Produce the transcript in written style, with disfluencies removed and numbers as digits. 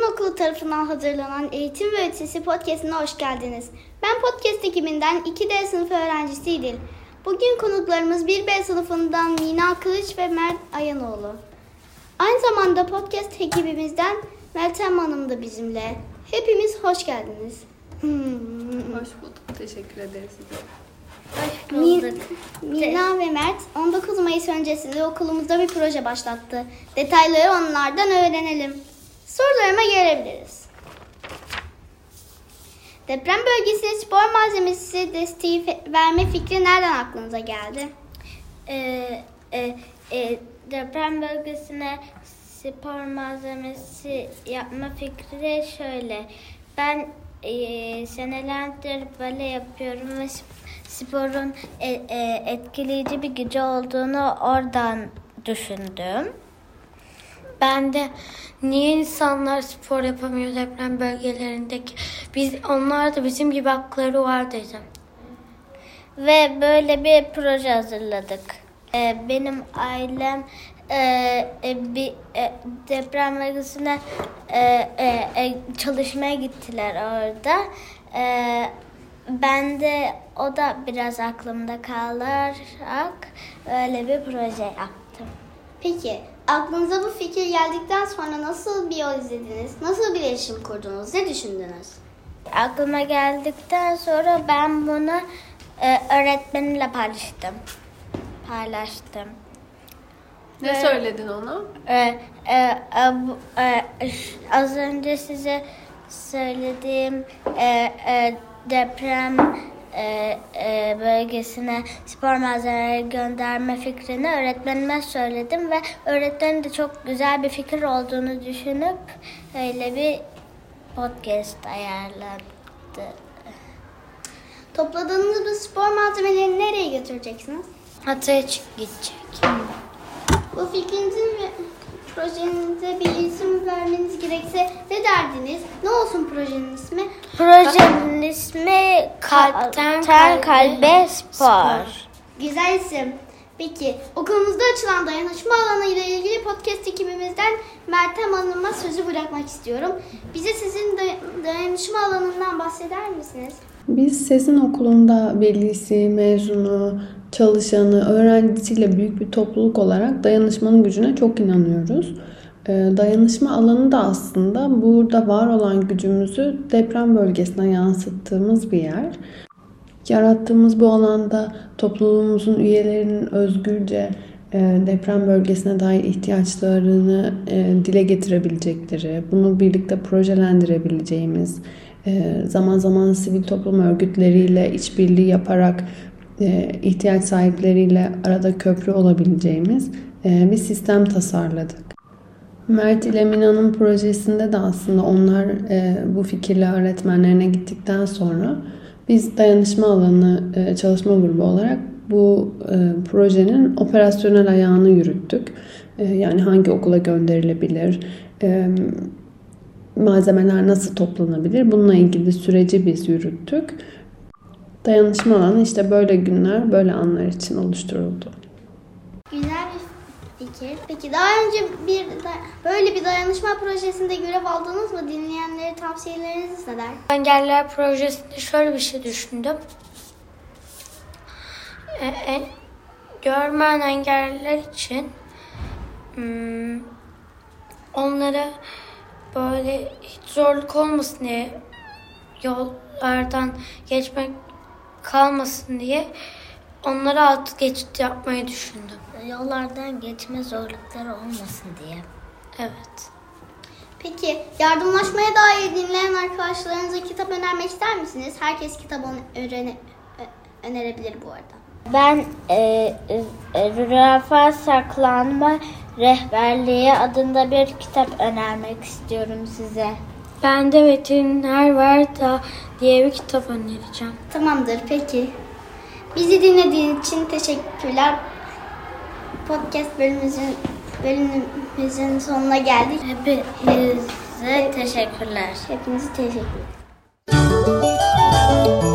Okulu tarafından hazırlanan Eğitim ve Ötesi Podcast'ine hoş geldiniz. Ben podcast ekibinden 2D sınıfı öğrencisi İdil. Bugün konuklarımız 1B sınıfından Mina Kılıç ve Mert Ayanoğlu. Aynı zamanda podcast ekibimizden Meltem Hanım da bizimle. Hepimiz hoş geldiniz. Hoş bulduk. Teşekkür ederiz size. Hoş bulduk. Mina ve Mert 19 Mayıs öncesi okulumuzda bir proje başlattı. Detayları onlardan öğrenelim. Sorularıma gelebiliriz. Deprem bölgesine spor malzemesi desteği verme fikri nereden aklınıza geldi? Deprem bölgesine spor malzemesi yapma fikri şöyle. Ben senelerdir bale yapıyorum ve sporun etkileyici bir gücü olduğunu oradan düşündüm. Ben de niye insanlar spor yapamıyor deprem bölgelerindeki? Onlar da bizim gibi hakları var dedim. Ve böyle bir proje hazırladık. Benim ailem bir deprem bölgesine çalışmaya gittiler orada. Ben de o da biraz aklımda kalarak öyle bir proje yaptım. Peki, aklınıza bu fikir geldikten sonra nasıl bir yol izlediniz? Nasıl bir iletişim kurdunuz? Ne düşündünüz? Aklıma geldikten sonra ben bunu öğretmenimle paylaştım. Ne söyledin ona? Az önce size söylediğim deprem bölgesine spor malzemeleri gönderme fikrini öğretmenime söyledim ve öğretmenim de çok güzel bir fikir olduğunu düşünüp öyle bir podcast ayarladı. Topladığınız bu spor malzemelerini nereye götüreceksiniz? Hatay'a gidecek. Bu fikrinizin ve projenize bir isim vermeniz gerekse ne derdiniz? Ne olsun projenin ismi? Projenin ismi Kalpten Kalbe Spor. Güzel isim. Peki, okulumuzda açılan dayanışma alanı ile ilgili podcast ekibimizden Meltem Hanım'a sözü bırakmak istiyorum. Bize sizin dayanışma alanından bahseder misiniz? Biz Sezin Okulu'nda velisi, mezunu, çalışanı, öğrencisiyle büyük bir topluluk olarak dayanışmanın gücüne çok inanıyoruz. Dayanışma alanı da aslında burada var olan gücümüzü deprem bölgesine yansıttığımız bir yer. Yarattığımız bu alanda topluluğumuzun üyelerinin özgürce deprem bölgesine dair ihtiyaçlarını dile getirebilecekleri, bunu birlikte projelendirebileceğimiz, zaman zaman sivil toplum örgütleriyle işbirliği yaparak ihtiyaç sahipleriyle arada köprü olabileceğimiz bir sistem tasarladık. Mert ile Mina'nın projesinde de aslında onlar bu fikirle öğretmenlerine gittikten sonra biz dayanışma alanı çalışma grubu olarak bu projenin operasyonel ayağını yürüttük. Yani hangi okula gönderilebilir, malzemeler nasıl toplanabilir, bununla ilgili süreci biz yürüttük. Dayanışma alanı işte böyle günler, böyle anlar için oluşturuldu. Güzel bir fikir. Peki daha önce böyle bir dayanışma projesinde görev aldınız mı? Dinleyenlere tavsiyeleriniz neler? Engeller projesinde şöyle bir şey düşündüm. Görmeyen engelliler için onlara böyle hiç zorluk olmasın diye, yollardan geçmek kalmasın diye onlara alt geçit yapmayı düşündüm. Yollardan geçme zorlukları olmasın diye. Evet. Peki yardımlaşmaya dair dinleyen arkadaşlarınıza kitap önermek ister misiniz? Herkes kitap önerebilir bu arada. Ben Zürafa Saklanma Rehberliği adında bir kitap önermek istiyorum size. Ben de Veteriner Var da diye bir kitap önereceğim. Tamamdır, peki. Bizi dinlediğiniz için teşekkürler. Podcast bölümümüzün sonuna geldik. Hepinize teşekkürler. Hepinize teşekkürler.